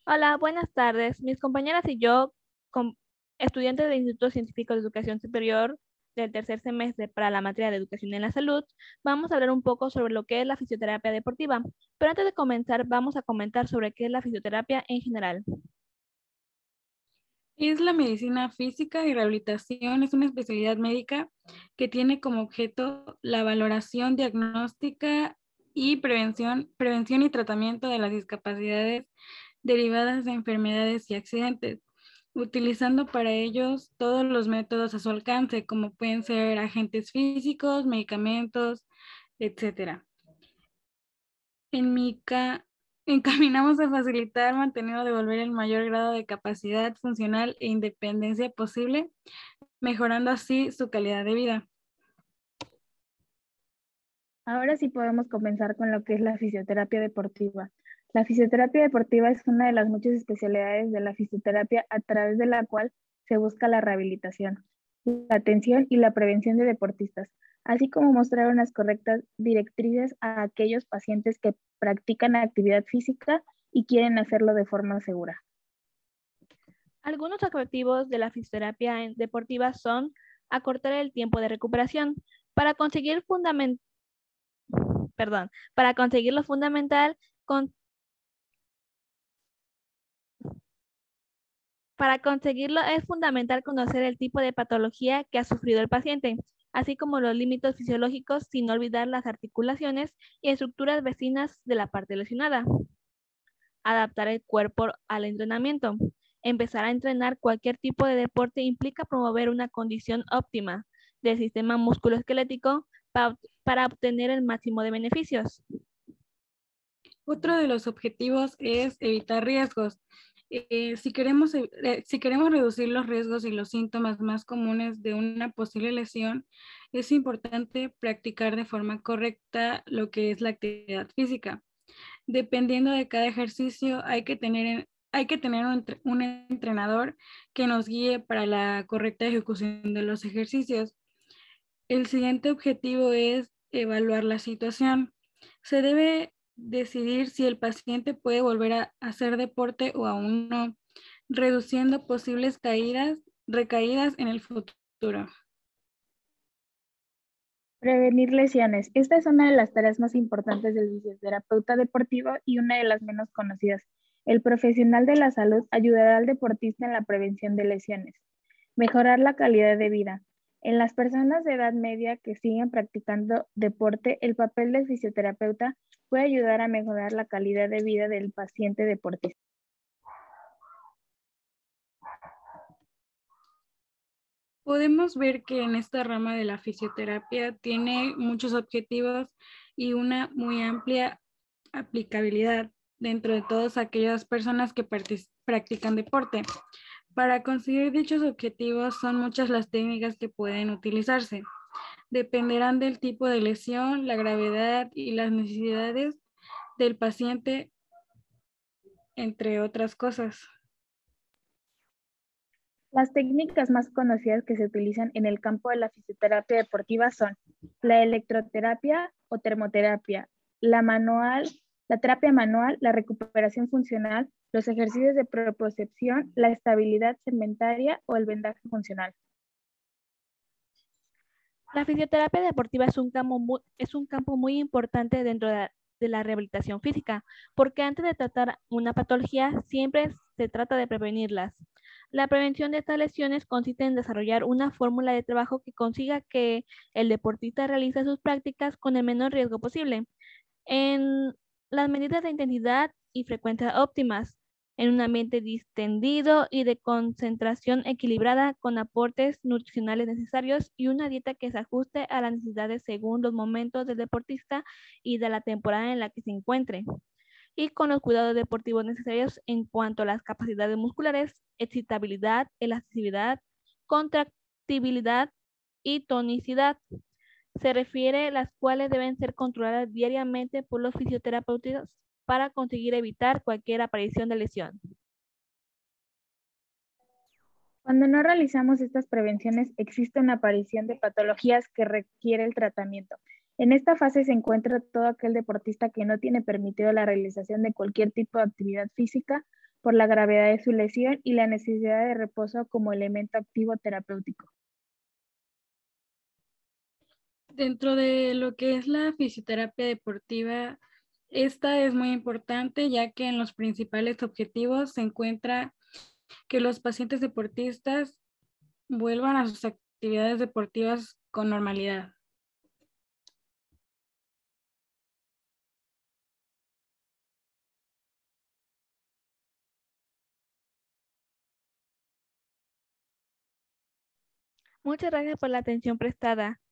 Hola, buenas tardes. Mis compañeras y yo, estudiantes del Instituto Científico de Educación Superior del tercer semestre para la materia de Educación en la Salud, vamos a hablar un poco sobre lo que es la fisioterapia deportiva. Pero antes de comenzar, vamos a comentar sobre qué es la fisioterapia en general. Es la medicina física y rehabilitación, es una especialidad médica que tiene como objeto la valoración diagnóstica y prevención y tratamiento de las discapacidades derivadas de enfermedades y accidentes, utilizando para ellos todos los métodos a su alcance, como pueden ser agentes físicos, medicamentos, etcétera. En MICA encaminamos a facilitar, mantener o devolver el mayor grado de capacidad funcional e independencia posible, mejorando así su calidad de vida. Ahora sí podemos comenzar con lo que es la fisioterapia deportiva. La fisioterapia deportiva es una de las muchas especialidades de la fisioterapia a través de la cual se busca la rehabilitación, la atención y la prevención de deportistas, así como mostrar unas correctas directrices a aquellos pacientes que practican actividad física y quieren hacerlo de forma segura. Algunos objetivos de la fisioterapia deportiva son acortar el tiempo de recuperación para conseguir para conseguir lo fundamental. Para conseguirlo es fundamental conocer el tipo de patología que ha sufrido el paciente, así como los límites fisiológicos, sin olvidar las articulaciones y estructuras vecinas de la parte lesionada. Adaptar el cuerpo al entrenamiento. Empezar a entrenar cualquier tipo de deporte implica promover una condición óptima del sistema musculoesquelético para obtener el máximo de beneficios. Otro de los objetivos es evitar riesgos. Si queremos reducir los riesgos y los síntomas más comunes de una posible lesión, es importante practicar de forma correcta lo que es la actividad física. Dependiendo de cada ejercicio, hay que tener un entrenador que nos guíe para la correcta ejecución de los ejercicios. El siguiente objetivo es evaluar la situación. Se debe decidir si el paciente puede volver a hacer deporte o aún no, reduciendo posibles recaídas en el futuro. Prevenir lesiones. Esta es una de las tareas más importantes del fisioterapeuta deportivo y una de las menos conocidas. El profesional de la salud ayudará al deportista en la prevención de lesiones. Mejorar la calidad de vida. En las personas de edad media que siguen practicando deporte, el papel del fisioterapeuta puede ayudar a mejorar la calidad de vida del paciente deportista. Podemos ver que en esta rama de la fisioterapia tiene muchos objetivos y una muy amplia aplicabilidad dentro de todas aquellas personas que practican deporte. Para conseguir dichos objetivos son muchas las técnicas que pueden utilizarse. Dependerán del tipo de lesión, la gravedad y las necesidades del paciente, entre otras cosas. Las técnicas más conocidas que se utilizan en el campo de la fisioterapia deportiva son la electroterapia o termoterapia, la terapia manual, la recuperación funcional, los ejercicios de propiocepción, la estabilidad segmentaria o el vendaje funcional. La fisioterapia deportiva es un campo muy importante dentro de la rehabilitación física, porque antes de tratar una patología, siempre se trata de prevenirlas. La prevención de estas lesiones consiste en desarrollar una fórmula de trabajo que consiga que el deportista realice sus prácticas con el menor riesgo posible, en las medidas de intensidad y frecuencia óptimas, en un ambiente distendido y de concentración equilibrada, con aportes nutricionales necesarios y una dieta que se ajuste a las necesidades según los momentos del deportista y de la temporada en la que se encuentre, y con los cuidados deportivos necesarios en cuanto a las capacidades musculares, excitabilidad, elasticidad, contractibilidad y tonicidad. Se refiere las cuales deben ser controladas diariamente por los fisioterapeutas para conseguir evitar cualquier aparición de lesión. Cuando no realizamos estas prevenciones, existe una aparición de patologías que requiere el tratamiento. En esta fase se encuentra todo aquel deportista que no tiene permitido la realización de cualquier tipo de actividad física por la gravedad de su lesión y la necesidad de reposo como elemento activo terapéutico. Dentro de lo que es la fisioterapia deportiva, esta es muy importante ya que en los principales objetivos se encuentra que los pacientes deportistas vuelvan a sus actividades deportivas con normalidad. Muchas gracias por la atención prestada.